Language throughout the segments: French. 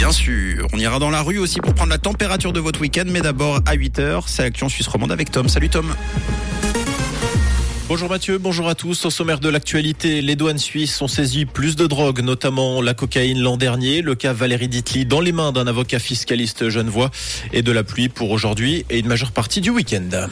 bien sûr. On ira dans la rue aussi pour prendre la température de votre week-end, mais d'abord à 8h, c'est Action Suisse Romande avec Tom. Salut Tom. Bonjour Mathieu, bonjour à tous. Au sommaire de l'actualité, les douanes suisses ont saisi plus de drogue, notamment la cocaïne l'an dernier. Le cas Valérie Ditli dans les mains d'un avocat fiscaliste genevois et de la pluie pour aujourd'hui et une majeure partie du week-end.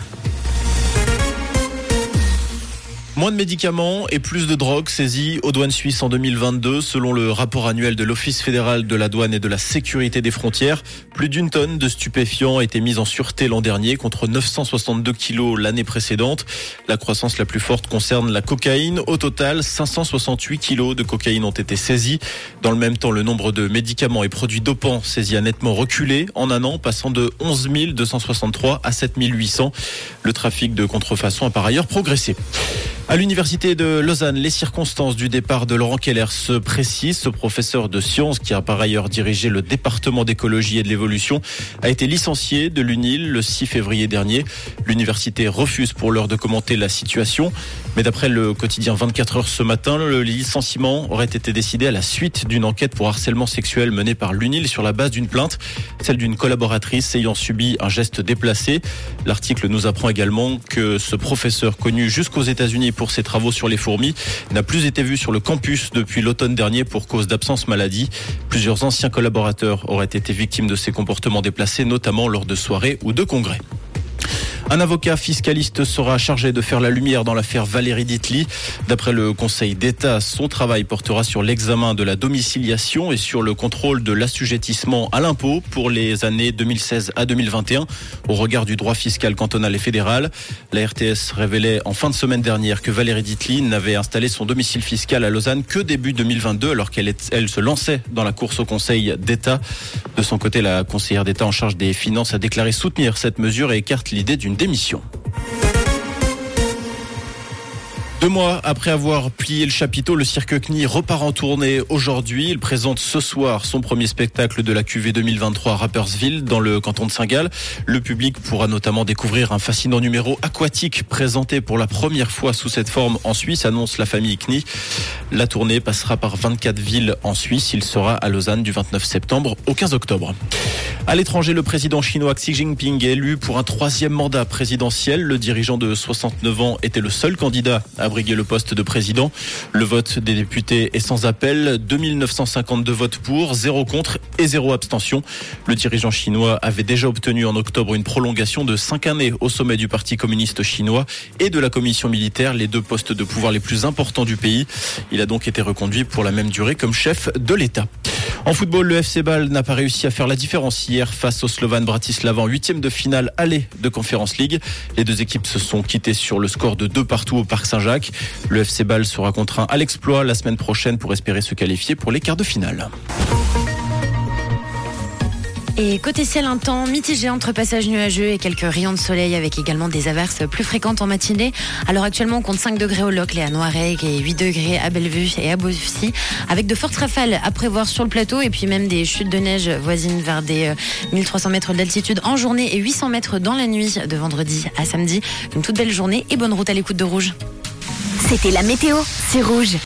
Moins de médicaments et plus de drogue saisis aux douanes suisses en 2022. Selon le rapport annuel de l'Office fédéral de la douane et de la sécurité des frontières, plus d'une tonne de stupéfiants a été mise en sûreté l'an dernier contre 962 kilos l'année précédente. La croissance la plus forte concerne la cocaïne. Au total, 568 kilos de cocaïne ont été saisis. Dans le même temps, le nombre de médicaments et produits dopants saisis a nettement reculé en un an, passant de 11 263 à 7 800. Le trafic de contrefaçon a par ailleurs progressé. À l'université de Lausanne, les circonstances du départ de Laurent Keller se précisent. Ce professeur de sciences, qui a par ailleurs dirigé le département d'écologie et de l'évolution, a été licencié de l'UNIL le 6 février dernier. L'université refuse pour l'heure de commenter la situation. Mais d'après le quotidien 24 heures ce matin, le licenciement aurait été décidé à la suite d'une enquête pour harcèlement sexuel menée par l'UNIL sur la base d'une plainte, celle d'une collaboratrice ayant subi un geste déplacé. L'article nous apprend également que ce professeur, connu jusqu'aux États-Unis pour ses travaux sur les fourmis, n'a plus été vu sur le campus depuis l'automne dernier pour cause d'absence maladie. Plusieurs anciens collaborateurs auraient été victimes de ces comportements déplacés, notamment lors de soirées ou de congrès. Un avocat fiscaliste sera chargé de faire la lumière dans l'affaire Valérie Ditli. D'après le Conseil d'État, son travail portera sur l'examen de la domiciliation et sur le contrôle de l'assujettissement à l'impôt pour les années 2016 à 2021 au regard du droit fiscal cantonal et fédéral. La RTS révélait en fin de semaine dernière que Valérie Ditli n'avait installé son domicile fiscal à Lausanne que début 2022 alors qu'elle se lançait dans la course au Conseil d'État. De son côté, la conseillère d'État en charge des finances a déclaré soutenir cette mesure et écarte l'idée d'une démission. 2 mois après avoir plié le chapiteau, le cirque CNI repart en tournée aujourd'hui. Il présente ce soir son premier spectacle de la cuvée 2023 à Rapperswil, dans le canton de Saint-Gall. Le public pourra notamment découvrir un fascinant numéro aquatique présenté pour la première fois sous cette forme en Suisse, annonce la famille CNI. La tournée passera par 24 villes en Suisse. Il sera à Lausanne du 29 septembre au 15 octobre. À l'étranger, le président chinois Xi Jinping est élu pour un 3e mandat présidentiel. Le dirigeant de 69 ans était le seul candidat à briguer le poste de président. Le vote des députés est sans appel. 2952 votes pour, 0 contre et 0 abstention. Le dirigeant chinois avait déjà obtenu en octobre une prolongation de 5 années au sommet du Parti communiste chinois et de la commission militaire, les 2 postes de pouvoir les plus importants du pays. Il a donc été reconduit pour la même durée comme chef de l'État. En football, le FC Bâle n'a pas réussi à faire la différence hier face au Slovan Bratislava en 8e de finale aller de Conference League. Les 2 équipes se sont quittées sur le score de 2-2 au Parc Saint-Jacques. Le FC Bâle sera contraint à l'exploit la semaine prochaine pour espérer se qualifier pour les quarts de finale. Et côté ciel, un temps mitigé entre passages nuageux et quelques rayons de soleil avec également des averses plus fréquentes en matinée. Alors actuellement, on compte 5 degrés au Locle et à Noiret et 8 degrés à Bellevue et à Beauvais, avec de fortes rafales à prévoir sur le plateau et puis même des chutes de neige voisines vers des 1300 mètres d'altitude en journée et 800 mètres dans la nuit de vendredi à samedi. Une toute belle journée et bonne route à l'écoute de Rouge. C'était la météo, c'est Rouge.